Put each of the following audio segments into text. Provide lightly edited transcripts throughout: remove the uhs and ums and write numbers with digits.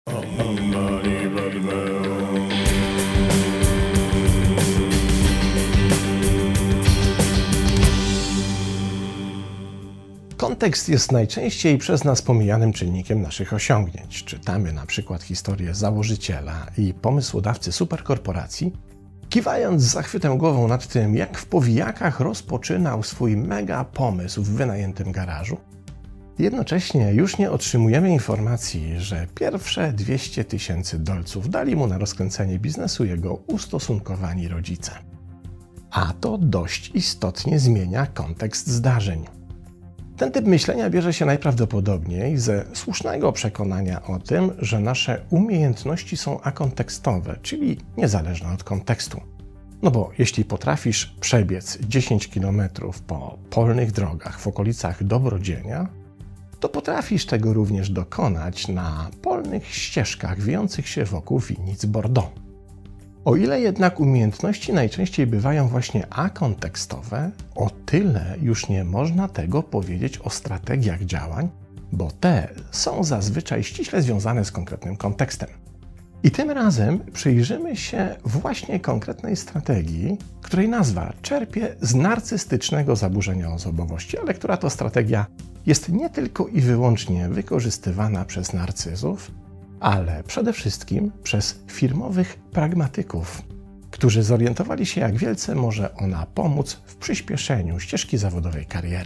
Kontekst jest najczęściej przez nas pomijanym czynnikiem naszych osiągnięć. Czytamy na przykład historię założyciela i pomysłodawcy superkorporacji, kiwając z zachwytem głową nad tym, jak w powijakach rozpoczynał swój mega pomysł w wynajętym garażu. Jednocześnie już nie otrzymujemy informacji, że pierwsze 200 000 dolców dali mu na rozkręcenie biznesu jego ustosunkowani rodzice. A to dość istotnie zmienia kontekst zdarzeń. Ten typ myślenia bierze się najprawdopodobniej ze słusznego przekonania o tym, że nasze umiejętności są akontekstowe, czyli niezależne od kontekstu. No bo jeśli potrafisz przebiec 10 km po polnych drogach w okolicach Dobrodzienia, to potrafisz tego również dokonać na polnych ścieżkach wijących się wokół winnic Bordeaux. O ile jednak umiejętności najczęściej bywają właśnie akontekstowe, o tyle już nie można tego powiedzieć o strategiach działań, bo te są zazwyczaj ściśle związane z konkretnym kontekstem. I tym razem przyjrzymy się właśnie konkretnej strategii, której nazwa czerpie z narcystycznego zaburzenia osobowości, ale która to strategia jest nie tylko i wyłącznie wykorzystywana przez narcyzów, ale przede wszystkim przez firmowych pragmatyków, którzy zorientowali się, jak wielce może ona pomóc w przyspieszeniu ścieżki zawodowej kariery.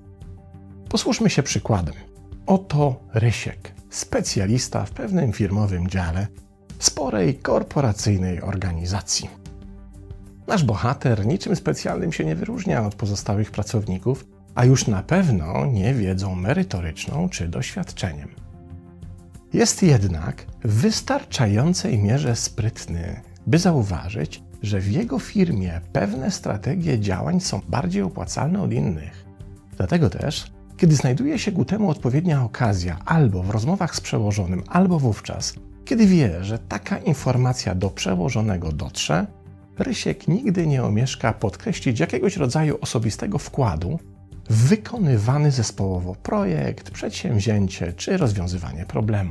Posłużmy się przykładem. Oto Rysiek, specjalista w pewnym firmowym dziale sporej korporacyjnej organizacji. Nasz bohater niczym specjalnym się nie wyróżnia od pozostałych pracowników, a już na pewno nie wiedzą merytoryczną czy doświadczeniem. Jest jednak w wystarczającej mierze sprytny, by zauważyć, że w jego firmie pewne strategie działań są bardziej opłacalne od innych. Dlatego też, kiedy znajduje się ku temu odpowiednia okazja, albo w rozmowach z przełożonym, albo wówczas, kiedy wie, że taka informacja do przełożonego dotrze, Rysiek nigdy nie omieszka podkreślić jakiegoś rodzaju osobistego wkładu w wykonywany zespołowo projekt, przedsięwzięcie czy rozwiązywanie problemu.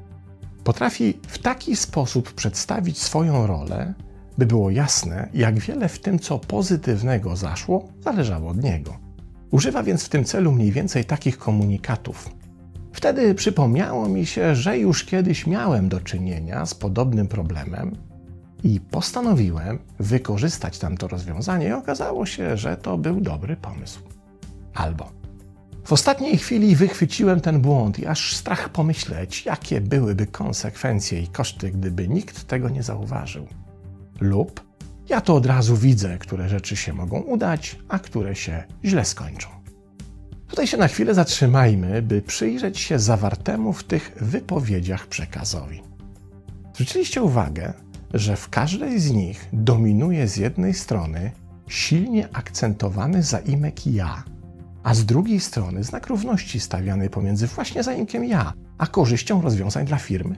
Potrafi w taki sposób przedstawić swoją rolę, by było jasne, jak wiele w tym, co pozytywnego zaszło, zależało od niego. Używa więc w tym celu mniej więcej takich komunikatów. Wtedy przypomniało mi się, że już kiedyś miałem do czynienia z podobnym problemem i postanowiłem wykorzystać tamto rozwiązanie i okazało się, że to był dobry pomysł. Albo w ostatniej chwili wychwyciłem ten błąd i aż strach pomyśleć, jakie byłyby konsekwencje i koszty, gdyby nikt tego nie zauważył. Lub ja to od razu widzę, które rzeczy się mogą udać, a które się źle skończą. Tutaj się na chwilę zatrzymajmy, by przyjrzeć się zawartemu w tych wypowiedziach przekazowi. Zwróciliście uwagę, że w każdej z nich dominuje z jednej strony silnie akcentowany zaimek ja, a z drugiej strony znak równości stawiany pomiędzy właśnie zaimkiem ja, a korzyścią rozwiązań dla firmy.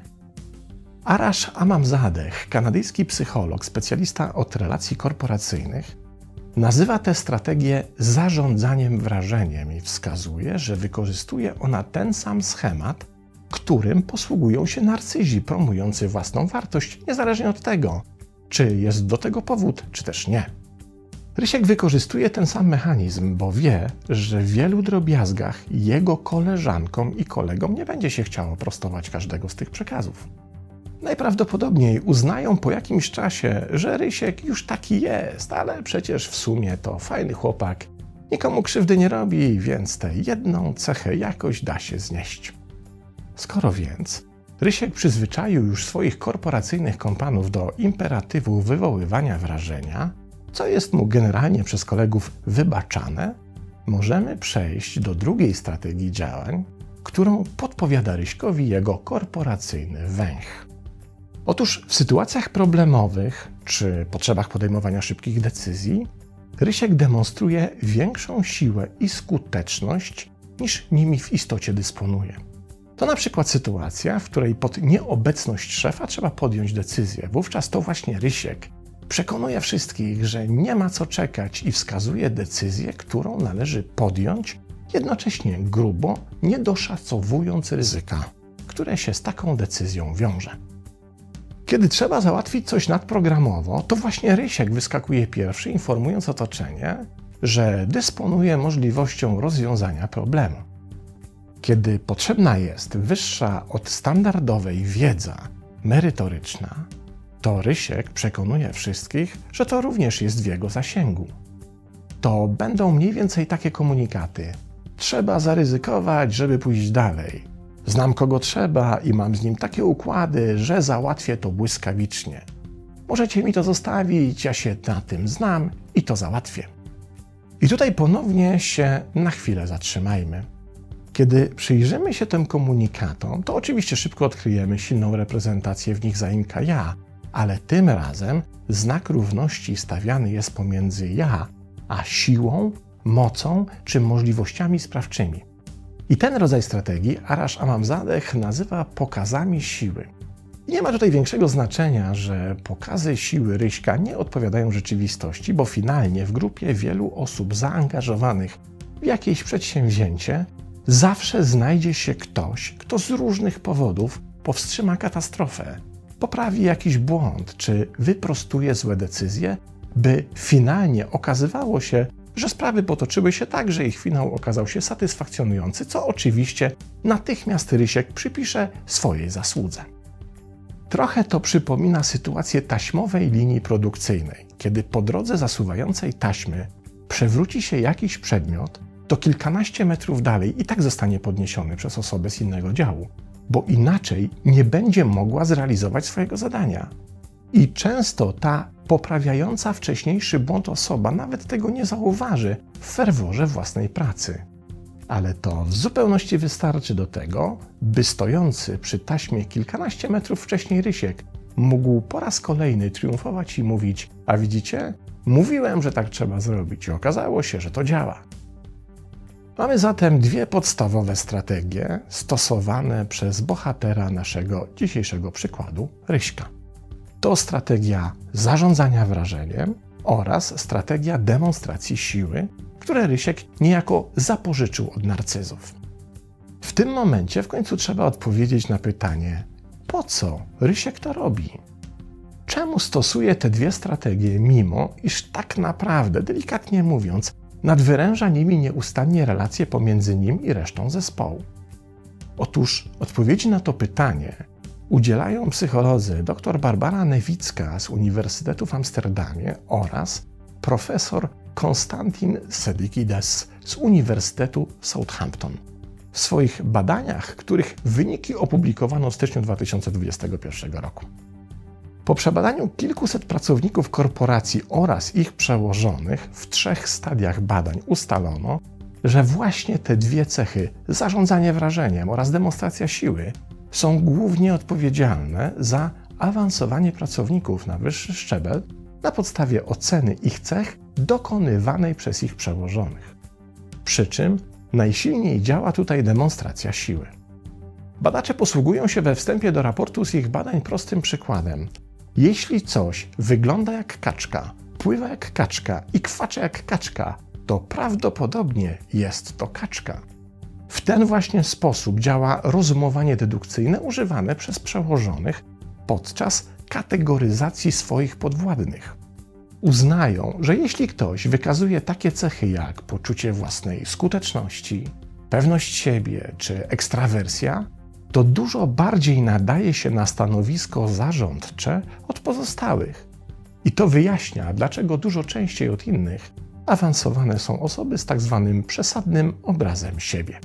Arash Amamzadeh, kanadyjski psycholog, specjalista od relacji korporacyjnych, nazywa tę strategię zarządzaniem wrażeniem i wskazuje, że wykorzystuje ona ten sam schemat, którym posługują się narcyzi promujący własną wartość, niezależnie od tego, czy jest do tego powód, czy też nie. Rysiek wykorzystuje ten sam mechanizm, bo wie, że w wielu drobiazgach jego koleżankom i kolegom nie będzie się chciało prostować każdego z tych przekazów. Najprawdopodobniej uznają po jakimś czasie, że Rysiek już taki jest, ale przecież w sumie to fajny chłopak, nikomu krzywdy nie robi, więc tę jedną cechę jakoś da się znieść. Skoro więc Rysiek przyzwyczaił już swoich korporacyjnych kompanów do imperatywu wywoływania wrażenia, co jest mu generalnie przez kolegów wybaczane, możemy przejść do drugiej strategii działań, którą podpowiada Ryśkowi jego korporacyjny węch. Otóż w sytuacjach problemowych czy potrzebach podejmowania szybkich decyzji Rysiek demonstruje większą siłę i skuteczność niż nimi w istocie dysponuje. To na przykład sytuacja, w której pod nieobecność szefa trzeba podjąć decyzję. Wówczas to właśnie Rysiek przekonuje wszystkich, że nie ma co czekać i wskazuje decyzję, którą należy podjąć, jednocześnie grubo nie doszacowując ryzyka, które się z taką decyzją wiąże. Kiedy trzeba załatwić coś nadprogramowo, to właśnie Rysiek wyskakuje pierwszy, informując otoczenie, że dysponuje możliwością rozwiązania problemu. Kiedy potrzebna jest wyższa od standardowej wiedza merytoryczna, to Rysiek przekonuje wszystkich, że to również jest w jego zasięgu. To będą mniej więcej takie komunikaty. Trzeba zaryzykować, żeby pójść dalej. Znam kogo trzeba i mam z nim takie układy, że załatwię to błyskawicznie. Możecie mi to zostawić, ja się na tym znam i to załatwię. I tutaj ponownie się na chwilę zatrzymajmy. Kiedy przyjrzymy się tym komunikatom, to oczywiście szybko odkryjemy silną reprezentację w nich zaimka ja, ale tym razem znak równości stawiany jest pomiędzy ja a siłą, mocą czy możliwościami sprawczymi. I ten rodzaj strategii Arash Amamzadeh nazywa pokazami siły. I nie ma tutaj większego znaczenia, że pokazy siły Ryśka nie odpowiadają rzeczywistości, bo finalnie w grupie wielu osób zaangażowanych w jakieś przedsięwzięcie zawsze znajdzie się ktoś, kto z różnych powodów powstrzyma katastrofę, poprawi jakiś błąd czy wyprostuje złe decyzje, by finalnie okazywało się, że sprawy potoczyły się tak, że ich finał okazał się satysfakcjonujący, co oczywiście natychmiast Rysiek przypisze swojej zasłudze. Trochę to przypomina sytuację taśmowej linii produkcyjnej. Kiedy po drodze zasuwającej taśmy przewróci się jakiś przedmiot, to kilkanaście metrów dalej i tak zostanie podniesiony przez osobę z innego działu, bo inaczej nie będzie mogła zrealizować swojego zadania. I często ta poprawiająca wcześniejszy błąd osoba nawet tego nie zauważy w ferworze własnej pracy. Ale to w zupełności wystarczy do tego, by stojący przy taśmie kilkanaście metrów wcześniej Rysiek mógł po raz kolejny triumfować i mówić: a widzicie, mówiłem, że tak trzeba zrobić i okazało się, że to działa. Mamy zatem dwie podstawowe strategie stosowane przez bohatera naszego dzisiejszego przykładu, Ryśka. To strategia zarządzania wrażeniem oraz strategia demonstracji siły, które Rysiek niejako zapożyczył od narcyzów. W tym momencie w końcu trzeba odpowiedzieć na pytanie, po co Rysiek to robi? Czemu stosuje te dwie strategie, mimo iż tak naprawdę, delikatnie mówiąc, nadwyręża nimi nieustannie relacje pomiędzy nim i resztą zespołu? Otóż odpowiedzi na to pytanie udzielają psycholodzy dr Barbara Newicka z Uniwersytetu w Amsterdamie oraz profesor Konstantin Sedikides z Uniwersytetu Southampton w swoich badaniach, których wyniki opublikowano w styczniu 2021 roku. Po przebadaniu kilkuset pracowników korporacji oraz ich przełożonych w 3 stadiach badań ustalono, że właśnie te dwie cechy, zarządzanie wrażeniem oraz demonstracja siły, są głównie odpowiedzialne za awansowanie pracowników na wyższy szczebel na podstawie oceny ich cech dokonywanej przez ich przełożonych. Przy czym najsilniej działa tutaj demonstracja siły. Badacze posługują się we wstępie do raportu z ich badań prostym przykładem. Jeśli coś wygląda jak kaczka, pływa jak kaczka i kwacze jak kaczka, to prawdopodobnie jest to kaczka. W ten właśnie sposób działa rozumowanie dedukcyjne używane przez przełożonych podczas kategoryzacji swoich podwładnych. Uznają, że jeśli ktoś wykazuje takie cechy jak poczucie własnej skuteczności, pewność siebie czy ekstrawersja, to dużo bardziej nadaje się na stanowisko zarządcze od pozostałych. I to wyjaśnia, dlaczego dużo częściej od innych awansowane są osoby z tak zwanym przesadnym obrazem siebie.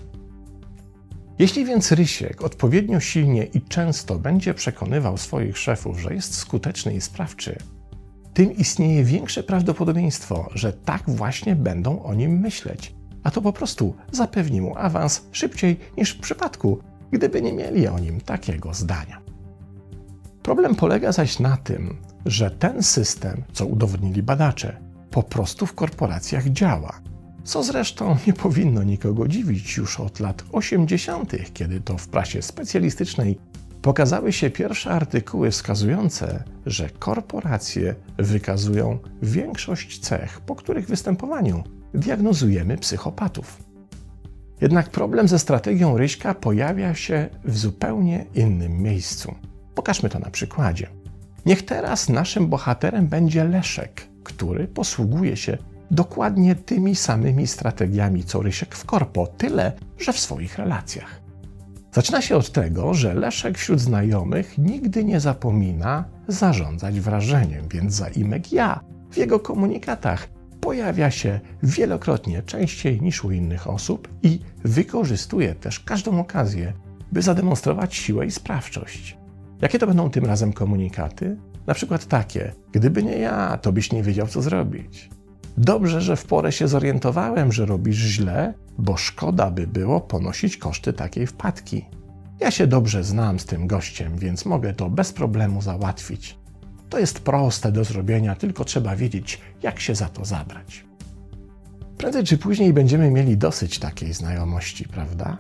Jeśli więc Rysiek odpowiednio silnie i często będzie przekonywał swoich szefów, że jest skuteczny i sprawczy, tym istnieje większe prawdopodobieństwo, że tak właśnie będą o nim myśleć, a to po prostu zapewni mu awans szybciej niż w przypadku, gdyby nie mieli o nim takiego zdania. Problem polega zaś na tym, że ten system, co udowodnili badacze, po prostu w korporacjach działa. Co zresztą nie powinno nikogo dziwić już od lat 80., kiedy to w prasie specjalistycznej pokazały się pierwsze artykuły wskazujące, że korporacje wykazują większość cech, po których występowaniu diagnozujemy psychopatów. Jednak problem ze strategią Ryśka pojawia się w zupełnie innym miejscu. Pokażmy to na przykładzie. Niech teraz naszym bohaterem będzie Leszek, który posługuje się dokładnie tymi samymi strategiami co Rysiek w korpo, tyle że w swoich relacjach. Zaczyna się od tego, że Leszek wśród znajomych nigdy nie zapomina zarządzać wrażeniem, więc zaimek ja w jego komunikatach pojawia się wielokrotnie częściej niż u innych osób i wykorzystuje też każdą okazję, by zademonstrować siłę i sprawczość. Jakie to będą tym razem komunikaty? Na przykład takie: gdyby nie ja, to byś nie wiedział, co zrobić. Dobrze, że w porę się zorientowałem, że robisz źle, bo szkoda by było ponosić koszty takiej wpadki. Ja się dobrze znam z tym gościem, więc mogę to bez problemu załatwić. To jest proste do zrobienia, tylko trzeba wiedzieć, jak się za to zabrać. Prędzej czy później będziemy mieli dosyć takiej znajomości, prawda?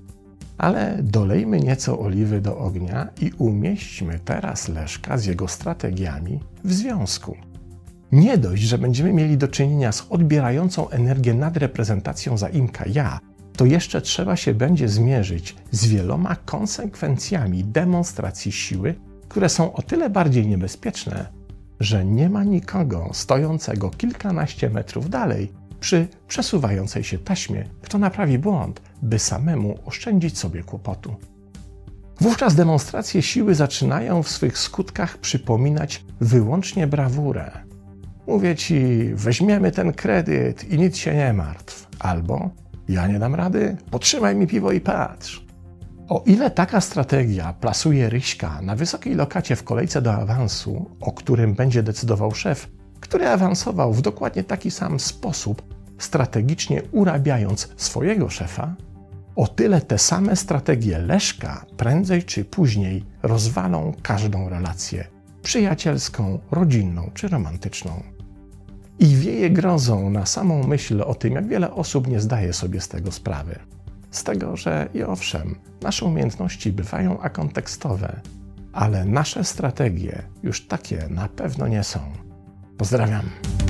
Ale dolejmy nieco oliwy do ognia i umieśćmy teraz Leszka z jego strategiami w związku. Nie dość, że będziemy mieli do czynienia z odbierającą energię nadreprezentacją zaimka ja, to jeszcze trzeba się będzie zmierzyć z wieloma konsekwencjami demonstracji siły, które są o tyle bardziej niebezpieczne, że nie ma nikogo stojącego kilkanaście metrów dalej przy przesuwającej się taśmie, kto naprawi błąd, by samemu oszczędzić sobie kłopotu. Wówczas demonstracje siły zaczynają w swych skutkach przypominać wyłącznie brawurę. Mówię ci, weźmiemy ten kredyt i nic się nie martw. Albo ja nie dam rady, potrzymaj mi piwo i patrz. O ile taka strategia plasuje Ryśka na wysokiej lokacie w kolejce do awansu, o którym będzie decydował szef, który awansował w dokładnie taki sam sposób, strategicznie urabiając swojego szefa, o tyle te same strategie Leszka prędzej czy później rozwalą każdą relację przyjacielską, rodzinną czy romantyczną. I wieje grozą na samą myśl o tym, jak wiele osób nie zdaje sobie z tego sprawy. Z tego, że i owszem, nasze umiejętności bywają akontekstowe, ale nasze strategie już takie na pewno nie są. Pozdrawiam.